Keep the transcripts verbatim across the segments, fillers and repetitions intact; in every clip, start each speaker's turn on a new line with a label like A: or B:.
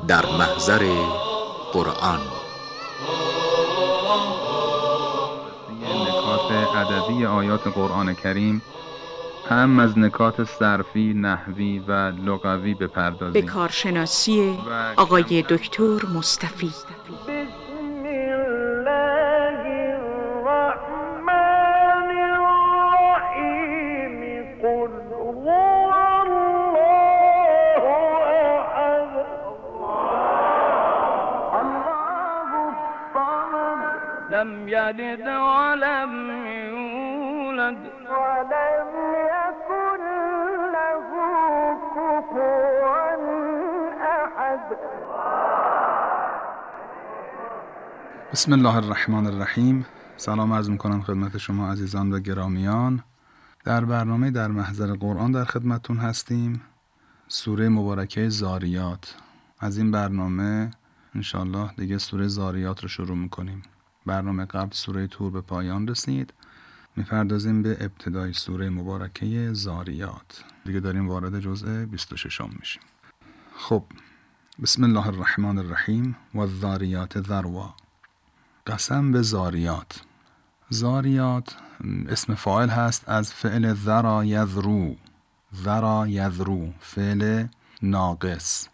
A: در محضر قرآن.
B: نکات ادبی آیات قرآن کریم هم از نکات صرفی، نحوی و لغوی بپردازیم.
C: به کارشناسی آقای دکتر مصطفی.
D: لم يلد ولم يولد ولم يكن له كفوا أحد.
B: بسم الله الرحمن الرحیم. سلام عرض میکنم خدمت شما عزیزان و گرامیان. در برنامه در محضر قرآن در خدمتون هستیم. سوره مبارکه زاریات. از این برنامه انشالله دیگه سوره زاریات رو شروع میکنیم. برنامه قبل سوره طور به پایان رسید. میپردازیم به ابتدای سوره مبارکه زاریات. دیگه داریم وارد جزء بیست و ششم میشیم. خب، بسم الله الرحمن الرحیم. و الذاریات ذروا. قسم به زاریات. زاریات اسم فاعل هست از فعل ذرا یذرو. ذرا یذرو، فعل ناقص.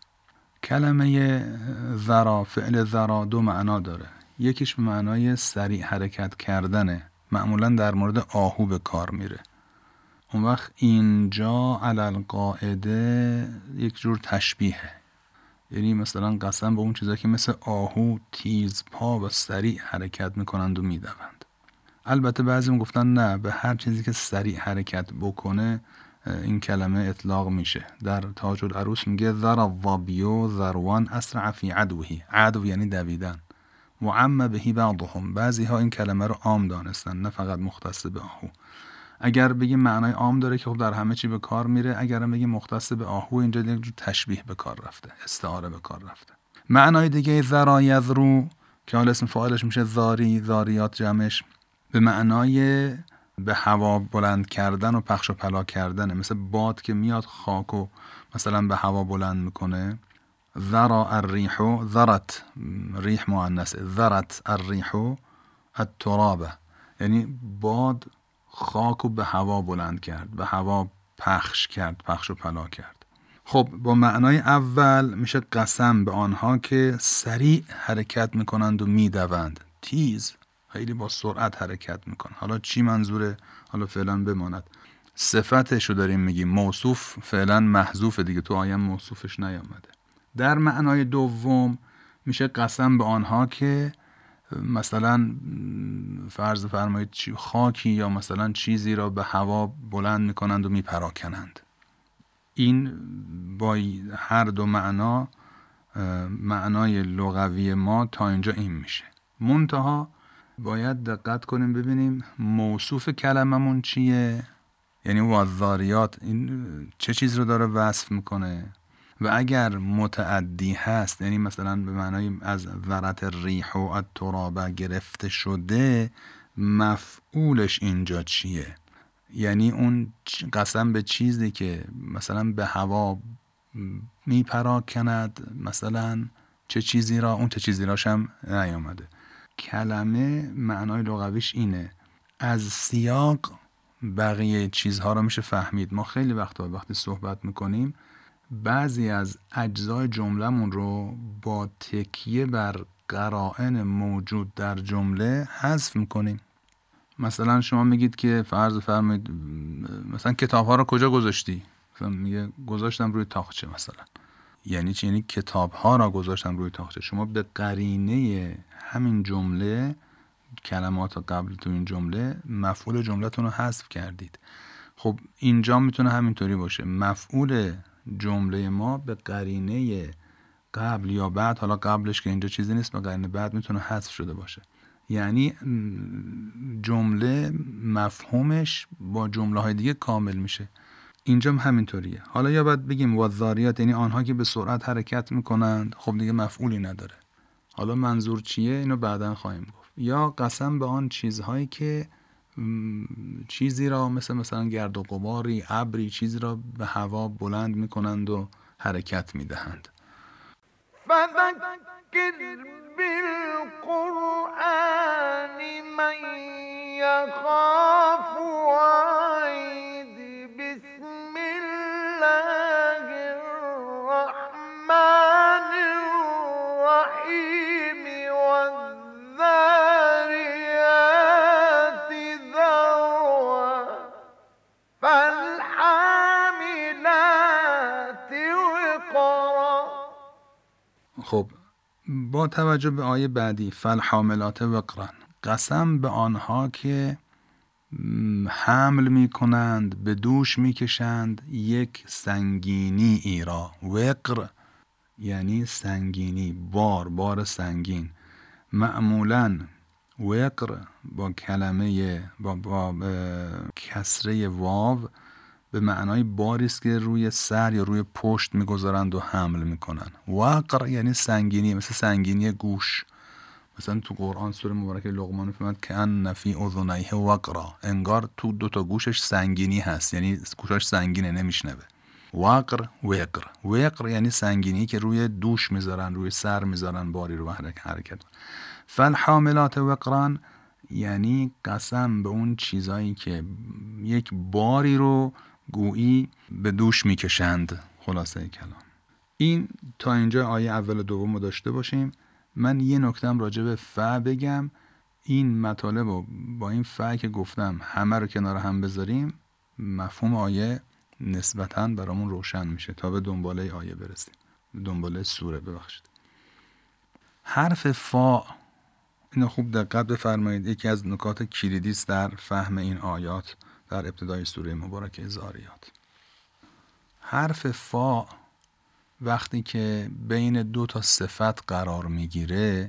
B: کلمه ذرا، فعل ذرا دو معنا داره. یکیش به معنای سریع حرکت کردنه، معمولا در مورد آهو به کار میره. اون وقت اینجا علی القاعده یک جور تشبیهه، یعنی مثلا قسم به اون چیزایی که مثل آهو تیز پا و سریع حرکت میکنند و میدوند. البته بعضی میگفتن نه، به هر چیزی که سریع حرکت بکنه این کلمه اطلاق میشه. در تاج العروس میگه ذر الظبیو ذروان اسرع فی عدوهی. عدو یعنی دویدن. و عم بهی بعضهم، بعضی ها این کلمه رو عام دانستن، نه فقط مختص به آهو. اگر بگیم معنای عام داره که خب در همه چی به کار میره، اگر بگیم مختص به آهو اینجا یک جور تشبیه به کار رفته، استعاره به کار رفته. معنای دیگه ذرا یذرو که حالا اسم فاعلش میشه ذاری، ذاریات جمعش، به معنای به هوا بلند کردن و پخش و پلا کردن، مثل باد که میاد خاک و مثلا به هوا بلند میکنه. ذرا الریحو، ذرت ریح مؤنث، ذرت الریحو التراب، یعنی باد خاک و به هوا بلند کرد، به هوا پخش کرد، پخش و پلا کرد. خب با معنای اول میشه قسم به آنها که سریع حرکت میکنند و میدوند، تیز، خیلی با سرعت حرکت میکنند. حالا چی منظوره؟ حالا فعلا بماند. صفتشو داریم میگیم، موصوف فعلا محذوف دیگه، تو آیه موصوفش نیامده. در معنای دوم میشه قسم به آنها که مثلا فرض فرمایید خاکی یا مثلا چیزی را به هوا بلند میکنند و میپراکنند. این با هر دو معنا معنای لغوی ما تا اینجا این میشه. منتها باید دقت کنیم ببینیم موصوف کلممون چیه، یعنی والذاریات این چه چیز رو داره وصف میکنه. و اگر متعدی هست، یعنی مثلا به معنای از ذرت الریح و التراب گرفته شده، مفعولش اینجا چیه؟ یعنی اون قسم به چیزی که مثلا به هوا میپراکند، مثلا چه چیزی را، اون چه چیزی راش هم نیامده. کلمه معنای لغویش اینه. از سیاق بقیه چیزها را میشه فهمید. ما خیلی وقتا وقتی صحبت میکنیم بعضی از اجزای جمله‌مون رو با تکیه بر قرائن موجود در جمله حذف میکنیم. مثلا شما میگید که فرض فرمایید مثلا کتاب‌ها رو کجا گذاشتی؟ مثلا میگه گذاشتم روی تاقچه مثلا. یعنی چی؟ یعنی کتاب‌ها را گذاشتم روی تاقچه. شما به قرینه همین جمله، کلمات قبل تو این جمله، مفعول جمله‌تون رو حذف کردید. خب اینجا میتونه همینطوری باشه. مفعول جمله ما به قرینه قبل یا بعد، حالا قبلش که اینجا چیزی نیست، به قرینه بعد میتونه حذف شده باشه. یعنی جمله مفهومش با جمله های دیگه کامل میشه. اینجا هم همینطوریه. حالا یا باید بگیم والذاریات، یعنی آنها که به سرعت حرکت میکنند، خب دیگه مفعولی نداره. حالا منظور چیه اینو بعداً خواهیم گفت. یا قسم به آن چیزهایی که چیزی را مثل مثلا گرد و غباری، ابری، چیزی را به هوا بلند میکنند و حرکت میدهند.
D: فذکر بالقرآن من یخاف وعید. بسم الله الرحمن الرحیم والذاریات ذروا فالحاملات وقرا.
B: خب با توجه به آیه بعدی فالحاملات وقرا، قسم به آنها که حمل می کنند، به دوش می کشند یک سنگینی ای را. وقر یعنی سنگینی، بار، بار سنگین. معمولاً وقر با کلمه با, با کسره واو به معنای باری است که روی سر یا روی پشت میگذارند و حمل میکنن. وقر یعنی سنگینی، مثل سنگینی گوش. مثلا تو قرآن سوره مبارکه لقمان فرمود که ان فی اذنیه وقرا، انگار تو دو تا گوشش سنگینی هست، یعنی گوشاش سنگینه نمیشنوه. وقر وقر وقر یعنی سنگینی که روی دوش میذارن، روی سر میذارن، باری رو حرکت. فالحاملات وقران یعنی قسم به اون چیزایی که یک باری رو گویی به دوش میکشند. خلاصه کلام این. تا اینجا آیه اول و دوم رو داشته باشیم. من یه نکتم راجع به ف بگم. این مطالب رو با این ف که گفتم همه رو کنار هم بذاریم، مفهوم آیه نسبتاً برامون روشن میشه تا به دنباله آیه برسیم، دنباله سوره. ببخشید حرف فا، اینو خوب دقت بفرمایید، یکی از نکات کلیدی است در فهم این آیات در ابتدای سوره مبارکه ذاریات. حرف فا وقتی که بین دو تا صفت قرار میگیره،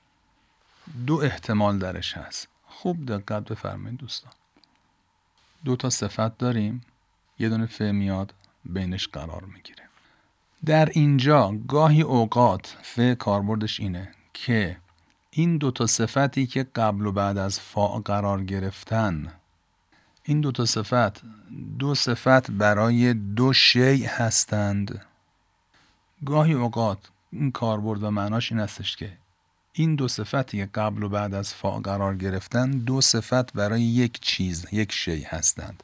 B: دو احتمال درش هست. خوب دقت بفرمایید دوستان. دو تا صفت داریم، یه دونه ف میاد بینش قرار میگیره. در اینجا گاهی اوقات ف کاربردش اینه که این دو تا صفتی که قبل و بعد از فا قرار گرفتن، این دو تا صفت دو صفت برای دو شیء هستند. گاهی اوقات این کاربرد و معناش این هستش که این دو صفتی که قبل و بعد از فا قرار گرفتن دو صفت برای یک چیز، یک شیء هستند.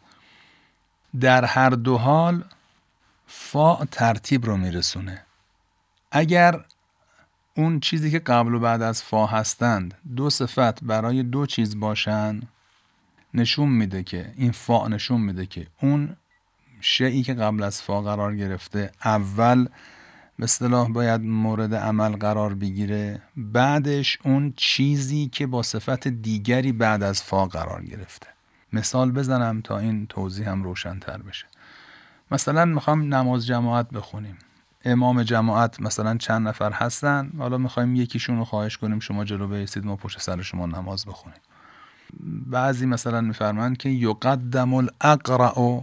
B: در هر دو حال فا ترتیب رو میرسونه. اگر اون چیزی که قبل و بعد از فا هستند دو صفت برای دو چیز باشن، نشون میده که این فا نشون میده که اون شیئی که قبل از فا قرار گرفته اول به اصطلاح باید مورد عمل قرار بگیره، بعدش اون چیزی که با صفت دیگری بعد از فا قرار گرفته. مثال بزنم تا این توضیح هم روشن تر بشه. مثلا میخوام نماز جماعت بخونیم، امام جماعت مثلا چند نفر هستن، حالا میخوایم یکیشون رو خواهش کنیم شما جلو بایستید ما پشت سر شما نماز بخونیم. بعضی مثلا میفرمایند که یقدم الاقرأ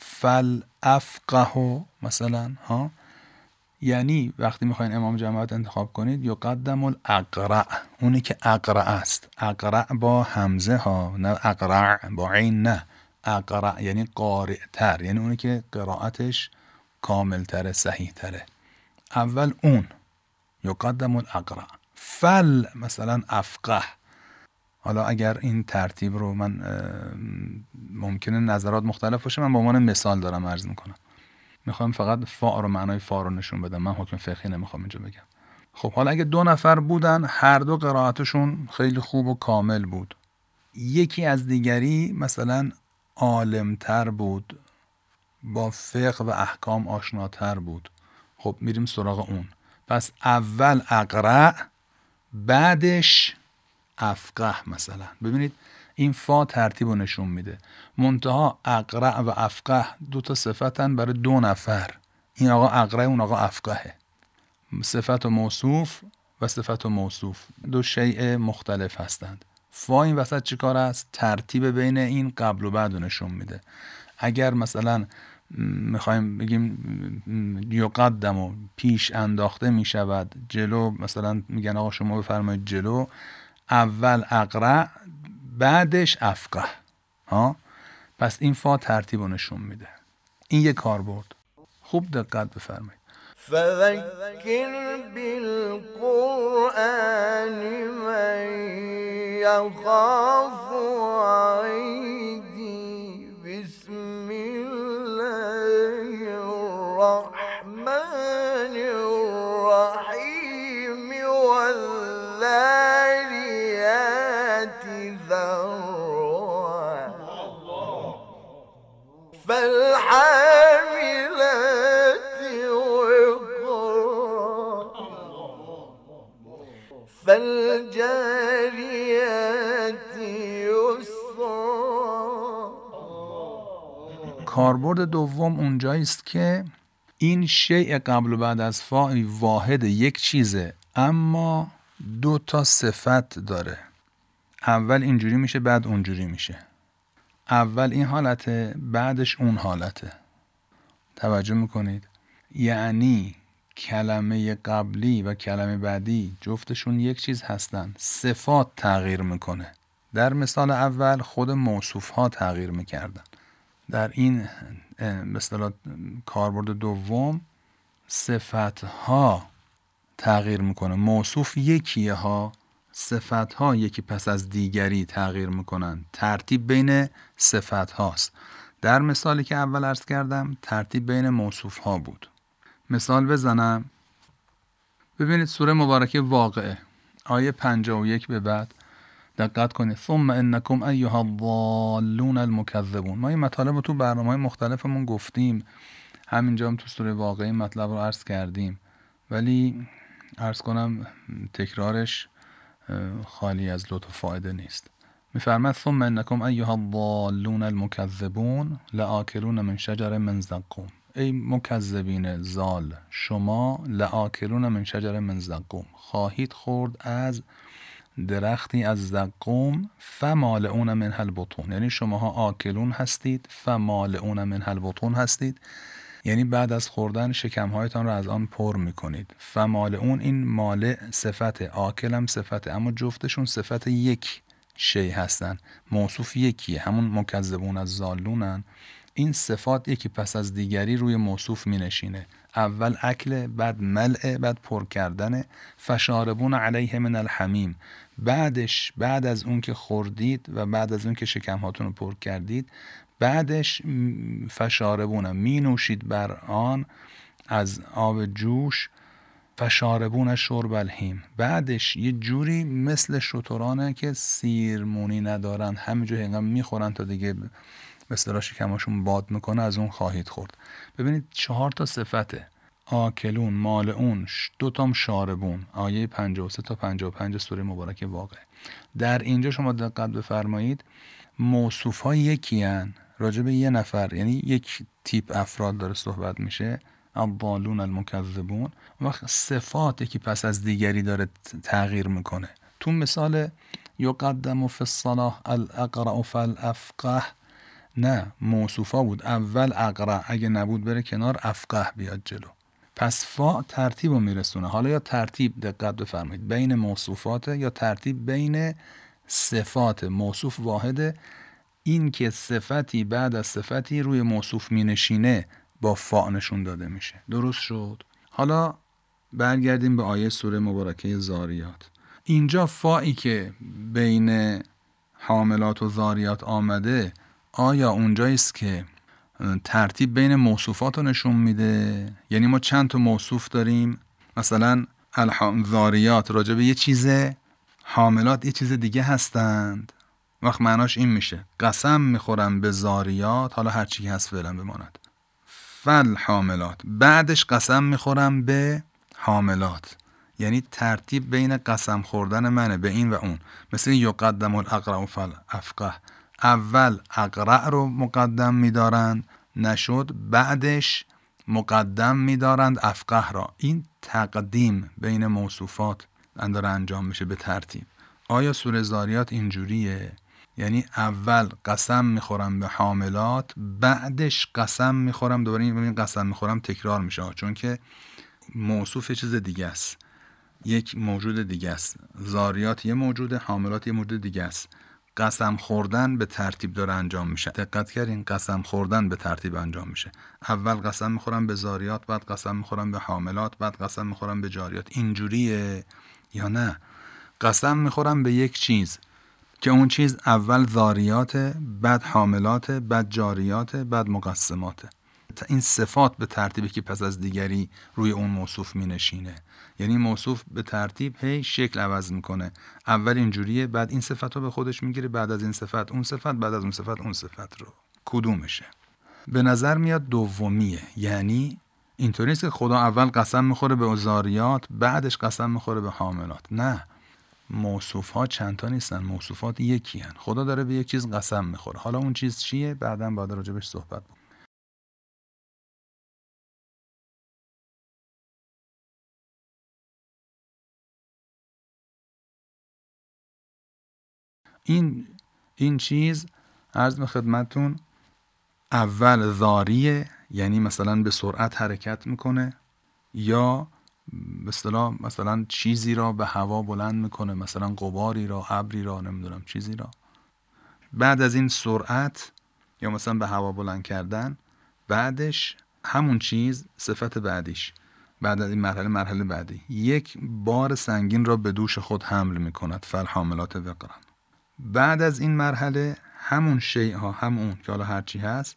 B: فالافقه مثلا ها، یعنی وقتی میخواین امام جماعت انتخاب کنید یقدم الاقرأ، اونی که اقرأ است، اقرأ با همزه ها، نه اقرأ با عین، نه اقرأ یعنی قارئ تر، یعنی اونی که قرائتش کامل تره، صحیح تره. اول اون یقدم الاقرأ، فل مثلا افقه. حالا اگر این ترتیب رو من ممکنه نظرات مختلف باشه، من به عنوان مثال دارم عرض میکنم، میخوام فقط فا رو معنای فا رو نشون بدم، من حکم فقهی نمیخوام اینجا بگم. خب حالا اگه دو نفر بودن هر دو قرائتشون خیلی خوب و کامل بود، یکی از دیگری مثلا عالمتر بود، با فقه و احکام آشناتر بود، خب میریم سراغ اون. پس اول اقرأ بعدش افقه مثلا. ببینید این فا ترتیب رو نشون میده. منتها اقرأ و افقه دو تا صفتن برای دو نفر، این آقا اقرأ اون آقا افقهه. صفت و موصوف و صفت و موصوف دو شیء مختلف هستند. فا این وسط چی کار است؟ ترتیب بین این قبل و بعد رو نشون میده. اگر مثلا میخوایم بگیم یقدم و پیش انداخته میشود جلو، مثلا میگن آقا شما بفرمایید جلو، اول اقرأ بعدش افقه ها. پس این فا ترتیب رو نشون میده. این یک کاربرد. خوب دقت بفرمایید.
D: فذكر بالقرآن من يخاف وعیدی. بسم الله الرحمن الرحیم والذاریات ذروا فالحاملات وقرا فالجاریات یسرا.
B: کاربرد دوم اونجایی است که این شیء قبل و بعد از فاعل واحد یک چیزه اما دو تا صفت داره. اول اینجوری میشه بعد اونجوری میشه. اول این حالته بعدش اون حالته. توجه میکنید؟ یعنی کلمه قبلی و کلمه بعدی جفتشون یک چیز هستن. صفات تغییر میکنه. در مثال اول خود موصوف ها تغییر میکردن. در این به اصطلاح کاربرد دوم صفت ها تغییر میکنه. موصوف یکیه ها، صفت ها یکی پس از دیگری تغییر میکنن. ترتیب بین صفت هاست. در مثالی که اول عرض کردم ترتیب بین موصوف ها بود. مثال بزنم. ببینید سوره مبارکه واقعه آیه پنجاه و یک به بعد دقت کنید. ثم انکم ایها الضالون المکذبون. ما این مطالب رو تو برنامه‌های مختلفمون گفتیم، همینجا هم تو سوره واقعه مطلب رو عرض کردیم، ولی عرض کنم تکرارش خالی از لطف و فایده نیست. میفرماد ثم انکم ایها الضالون المکذبون لآکلون من شجر من زقوم. ای مکذبین ضال، شما لآکلون من شجر من زقوم، خواهید خورد از درختی از زقوم، فمالئون منها البطون. یعنی شماها آکلون هستید، فمالئون منها البطون هستید، یعنی بعد از خوردن شکمهایتان را از آن پر میکنید. فمالئون این مالع صفته، آکلم صفته، اما جفتشون صفت یک شی هستن. موصوف یکیه، همون مکذبون از ضالونن. این صفات یکی پس از دیگری روی موصوف می نشینه. اول اکل، بعد ملع، بعد پر کردن. فشاربون علیه من الحمیم. بعدش بعد از اون که خوردید و بعد از اون که شکمهاتون رو پر کردید، بعدش فشاربون می نوشید بر آن از آب جوش. فشاربون شرب الهیم. بعدش یه جوری مثل شترانه که سیرمونی ندارن، همینجور هنگام میخورن تا دیگه به اصطلاح شکمشون باد میکنه، از اون خواهید خورد. ببینید چهار تا صفته: آکلون، مالئون، دو تام شاربون. آیه پنجاه و سه تا پنجاه و پنج سوره مبارکه واقعه. در اینجا شما دقت بفرمایید موصوف ها یکی هن، راجع به یه نفر، یعنی یک تیپ افراد داره صحبت میشه، الضالون المکذبون. وقت صفاتی که پس از دیگری داره تغییر میکنه. تو مثال یقدم فی الصلاة الاقرأ فالافقه، نه موصوفا بود، اول اقرأ، اگه نبود بره کنار، افقه بیاد جلو. پس فا ترتیب رو میرسونه. حالا یا ترتیب دقت بفرمایید بین موصوفات یا ترتیب بین صفات. موصوف واحده، این که صفتی بعد از صفتی روی موصوف مینشینه با فا نشون داده میشه. درست شد؟ حالا برگردیم به آیه سوره مبارکه ذاریات. اینجا فایی که بین حاملات و ذاریات آمده، آیا اونجاییست که ترتیب بین موصوفات رو نشون میده؟ یعنی ما چند تا موصوف داریم، مثلا ذاریات راجع به یه چیزه، حاملات یه چیز دیگه هستند. وقت معناش این میشه قسم میخورم به ذاریات، حالا هر چی هست فعلا بماند، فل حاملات، بعدش قسم میخورم به حاملات. یعنی ترتیب بین قسم خوردن منه به این و اون. مثل یقدم الاقرأ فل افقه، اول اقرأ رو مقدم میدارند، نشد، بعدش مقدم میدارند افقه را. این تقدیم بین موصوفات انداره انجام میشه به ترتیب. آیا سوره ذاریات اینجوریه؟ یعنی اول قسم میخورم به حاملات، بعدش قسم میخورم دوباره. این قسم میخورم تکرار میشه، چون که موصوف چیز دیگه است، یک موجود دیگه است. ذاریات یه موجوده، حاملات یه موجود دیگه است. قسم خوردن به ترتیب داره انجام میشه. دقت کردین؟ قسم خوردن به ترتیب انجام میشه. اول قسم میخورم به ذاریات، بعد قسم میخورم به حاملات، بعد قسم میخورم به جاریات. اینجوریه یا نه؟ قسم میخورم به یک چیز که اون چیز اول ذاریاته، بعد حاملاته، بعد جاریاته، بعد مقسماته. این صفات به ترتیبی که پس از دیگری روی اون موصوف می نشینه. یعنی موصوف به ترتیب هی شکل عوض میکنه. اول اینجوریه، بعد این صفت رو به خودش میگیره، بعد از این صفت اون صفت، بعد از اون صفت اون صفت رو. کدومشه؟ به نظر میاد دومیه. یعنی اینطوری نیست که خدا اول قسم میخوره به ذاریات، بعدش قسم میخوره به حاملات. نه، موصوف ها چند تا نیستن، موصوفات یکی هن. خدا داره به یک چیز قسم میخوره. حالا اون چیز چیه؟ بعداً باید راجبش صحبت بکنیم. این این چیز عرض به خدمتون اول ذاریه، یعنی مثلا به سرعت حرکت میکنه، یا به اصطلاح مثلا چیزی را به هوا بلند میکنه، مثلا غباری را، ابری را، نمیدونم چیزی را. بعد از این سرعت یا مثلا به هوا بلند کردن، بعدش همون چیز صفت بعدیش، بعد از این مرحله مرحله بعدی یک بار سنگین را به دوش خود حمل میکند، فالحاملات وقرا. بعد از این مرحله همون شیء ها، همون که حالا هرچی هست،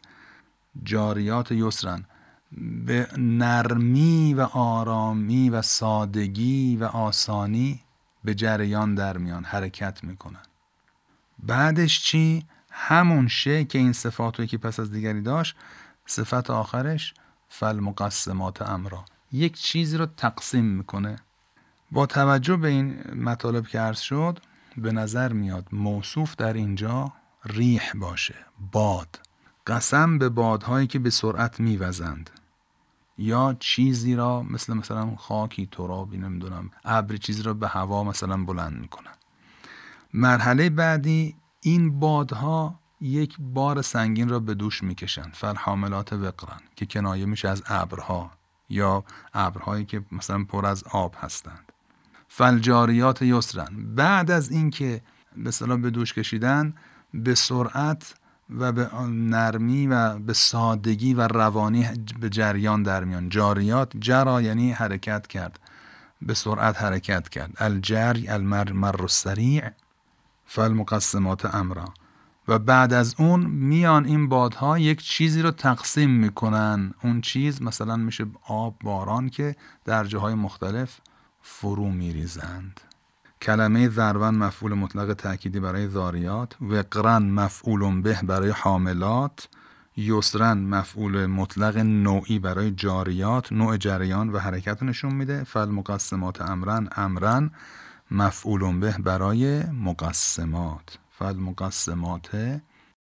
B: جاریات یسرن، به نرمی و آرامی و سادگی و آسانی به جریان در میان، حرکت میکنن. بعدش چی؟ همون شیء که این صفاتی که پس از دیگری داشت، صفت آخرش فالمقسمات امرا، یک چیزی رو تقسیم میکنه. با توجه به این مطالب که عرض شد، به نظر میاد موصوف در اینجا ریح باشه، باد. قسم به بادهایی که به سرعت میوزند، یا چیزی را مثل مثلا خاکی، ترابی، نمیدونم ابری، چیزی را به هوا مثلا بلند میکنن. مرحله بعدی این بادها یک بار سنگین را به دوش میکشن، فالحاملات وقرا، که کنایه میشه از ابرها یا ابرهایی که مثلا پر از آب هستند. فالجاریات یسرن، بعد از این که به اصطلاح به دوش کشیدن، به سرعت و به نرمی و به سادگی و روانی به جریان در میان. جاریات، جرا یعنی حرکت کرد، به سرعت حرکت کرد. الجری المر مر السریع، فالمقسمات امرا. و بعد از اون میان این بادها یک چیزی رو تقسیم میکنن. اون چیز مثلا میشه آب، باران، که در جاهای مختلف فرو میریزند. کلمه ذرون مفعول مطلق تأکیدی برای ذاریات، وقرن مفعول به برای حاملات، یسرن مفعول مطلق نوعی برای جاریات، نوع جریان و حرکت نشون میده. فالمقسمات امرن، امرن مفعول به برای مقسمات، فالمقسمات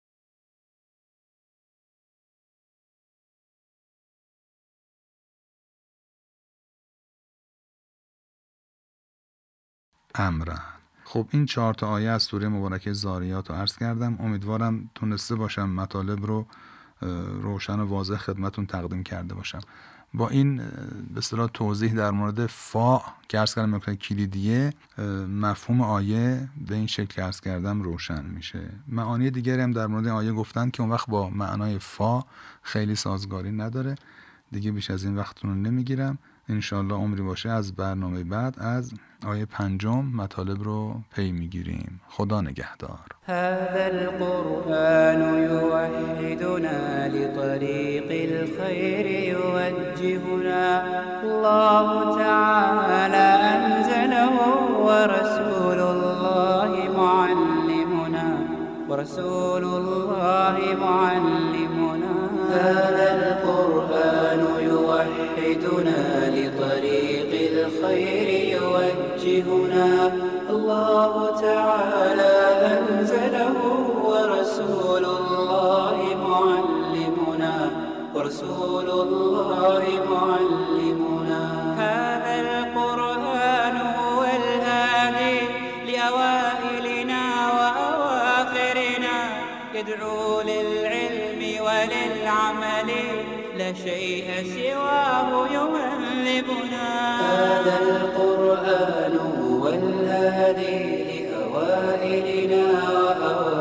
B: امرن. خب این چهار تا آیه از سوره مبارکه ذاریات رو عرض کردم. امیدوارم تونسته باشم مطالب رو روشن و واضح خدمتون تقدیم کرده باشم. با این به اصطلاح توضیح در مورد فا که عرض کردم نکته کلیدیه، مفهوم آیه به این شکل عرض کردم روشن میشه. معانی دیگری هم در مورد آیه گفتن که اون وقت با معنای فا خیلی سازگاری نداره. دیگه بیش از این وقتتون رو نمیگیرم. انشالله عمری باشه از برنامه بعد از آیه پنجم مطالب رو پی میگیریم. خدا نگهدار.
E: هذا القرآن يوحدنا لطريق الخير يوجهنا الله تعالى أنزله ورسول الله معلمنا ورسول الله معلمنا. هذا القرآن يوحدنا لطريق الخير يوجهنا الله تعالى أنزله ورسول الله معلمنا ورسول الله معلمنا. هذا القرآن هو الهادي لأوائلنا وأواخرنا يدعو للعلم وللعمل لا شيء سواه يهذبنا. هذا القرآن هو الهادي لأوائلنا وأواخرنا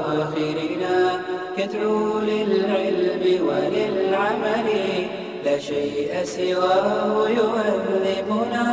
E: يدعو للعلم وللعمل لا شيء سواه يهذبنا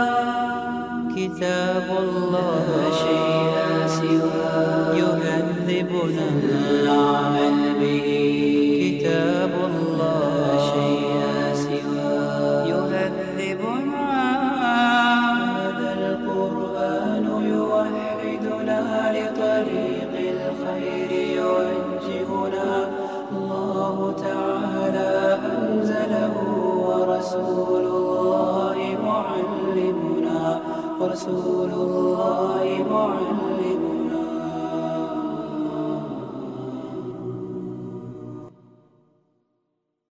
E: كتاب الله لا شيء سواه يهذبنا العمل به كتاب الله لا شيء سواه يهذبنا هذا القرآن يوحدنا لطريق الخير يوجهنا الله تعالى أنزله ورسول الله معلمنا ورسول الله معلمنا